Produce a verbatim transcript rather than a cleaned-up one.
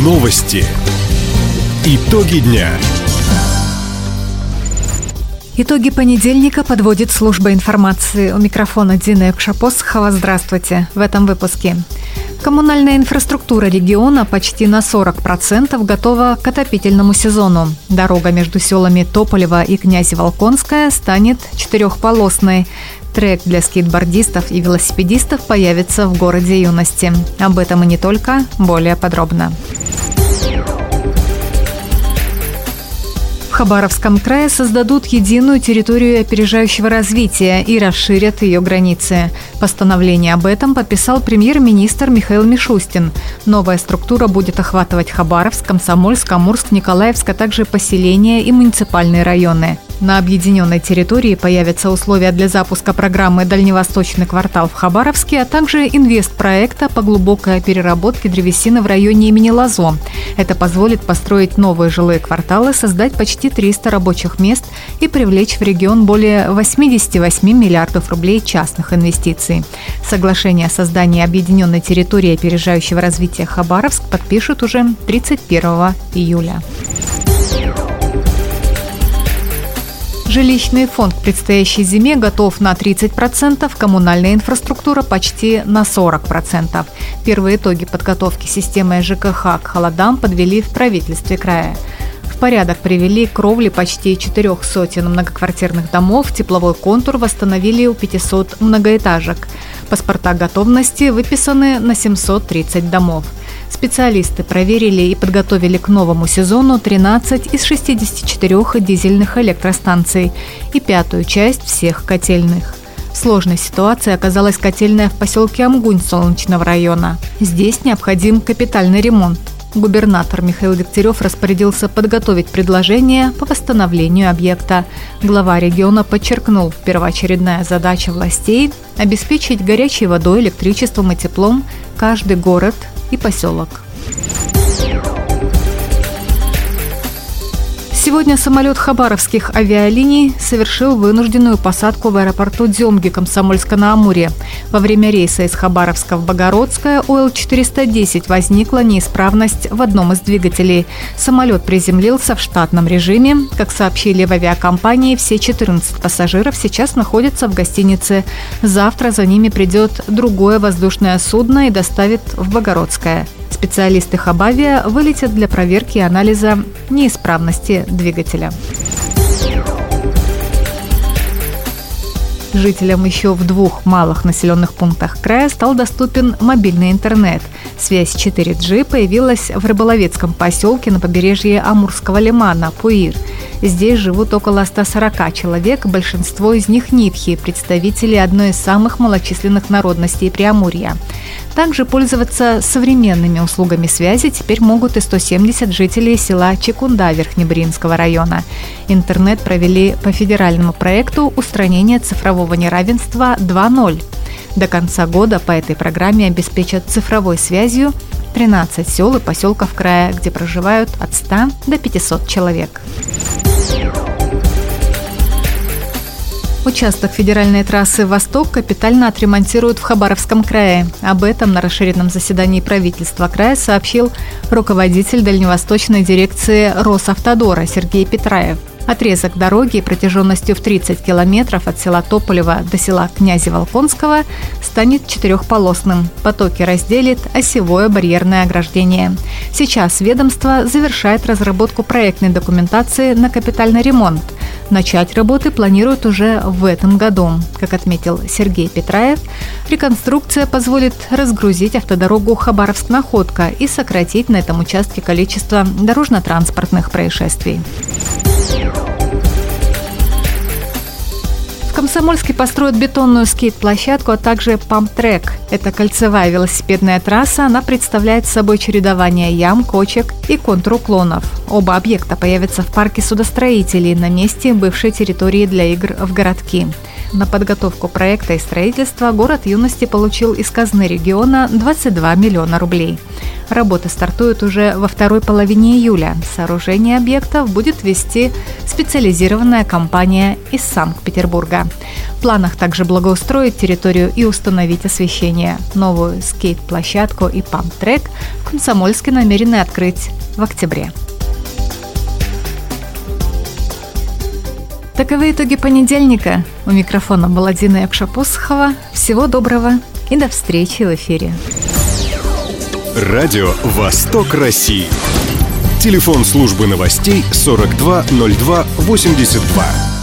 Новости. Итоги дня. Итоги понедельника подводит служба информации. У микрофона Дина Экшапосхова. Здравствуйте. В этом выпуске. Коммунальная инфраструктура региона почти на сорок процентов готова к отопительному сезону. Дорога между селами Тополево и Князево-Волконская станет четырехполосной. Трек для скейтбордистов и велосипедистов появится в городе юности. Об этом и не только, более подробно. В Хабаровском крае создадут единую территорию опережающего развития и расширят ее границы. Постановление об этом подписал премьер-министр Михаил Мишустин. Новая структура будет охватывать Хабаровск, Комсомольск, Амурск, Николаевск, а также поселения и муниципальные районы. На объединенной территории появятся условия для запуска программы «Дальневосточный квартал» в Хабаровске, а также инвестпроекта по глубокой переработке древесины в районе имени Лазо. Это позволит построить новые жилые кварталы, создать почти триста рабочих мест и привлечь в регион более восемьдесят восемь миллиардов рублей частных инвестиций. Соглашение о создании объединенной территории опережающего развития Хабаровск подпишут уже тридцать первого июля. Жилищный фонд к предстоящей зиме готов на тридцать процентов, коммунальная инфраструктура почти на сорок процентов. Первые итоги подготовки системы ЖКХ к холодам подвели в правительстве края. В порядок привели кровли почти четырех сотен многоквартирных домов, тепловой контур восстановили у пятисот многоэтажек. Паспорта готовности выписаны на семьсот тридцать домов. Специалисты проверили и подготовили к новому сезону тринадцать из шестидесяти четырёх дизельных электростанций и пятую часть всех котельных. В сложной ситуации оказалась котельная в поселке Амгунь Солнечного района. Здесь необходим капитальный ремонт. Губернатор Михаил Дегтярев распорядился подготовить предложение по восстановлению объекта. Глава региона подчеркнул, первоочередная задача властей – обеспечить горячей водой, электричеством и теплом каждый город и поселок. Сегодня самолет хабаровских авиалиний совершил вынужденную посадку в аэропорту Дземги Комсомольска-на-Амуре. Во время рейса из Хабаровска в Богородское О Л четыреста десять возникла неисправность в одном из двигателей. Самолет приземлился в штатном режиме. Как сообщили в авиакомпании, все четырнадцать пассажиров сейчас находятся в гостинице. Завтра за ними придет другое воздушное судно и доставит в Богородское. Специалисты Хабавиа вылетят для проверки и анализа неисправности двигателя. Жителям еще в двух малых населенных пунктах края стал доступен мобильный интернет. Связь четыре джи появилась в рыболовецком поселке на побережье Амурского лимана Пуир. Здесь живут около ста сорока человек, большинство из них нитхи, представители одной из самых малочисленных народностей Преамурья. Также пользоваться современными услугами связи теперь могут и сто семьдесят жителей села Чекунда Верхнебринского района. Интернет провели по федеральному проекту устранения цифрового неравенства два ноль. До конца года по этой программе обеспечат цифровой связью тринадцать сел и поселков края, где проживают от ста до пятисот человек. Участок федеральной трассы «Восток» капитально отремонтируют в Хабаровском крае. Об этом на расширенном заседании правительства края сообщил руководитель дальневосточной дирекции Росавтодора Сергей Петраев. Отрезок дороги протяженностью в тридцать километров от села Тополево до села Князево-Волконского станет четырехполосным. Потоки разделит осевое барьерное ограждение. Сейчас ведомство завершает разработку проектной документации на капитальный ремонт. Начать работы планируют уже в этом году. Как отметил Сергей Петраев, реконструкция позволит разгрузить автодорогу Хабаровск-Находка и сократить на этом участке количество дорожно-транспортных происшествий. В Комсомольске построят бетонную скейт-площадку, а также памп-трек. Это кольцевая велосипедная трасса. Она представляет собой чередование ям, кочек и контруклонов. Оба объекта появятся в парке судостроителей на месте бывшей территории для игр в городки. На подготовку проекта и строительства город юности получил из казны региона двадцать два миллиона рублей. Работы стартуют уже во второй половине июля. Сооружение объектов будет вести специализированная компания из Санкт-Петербурга. В планах также благоустроить территорию и установить освещение. Новую скейт-площадку и памп-трек в Комсомольске намерены открыть в октябре. Таковы итоги понедельника. У микрофона была Дина Якшапосхова. Всего доброго и до встречи в эфире. Радио «Восток России». Телефон службы новостей сорок два ноль два восемьдесят два.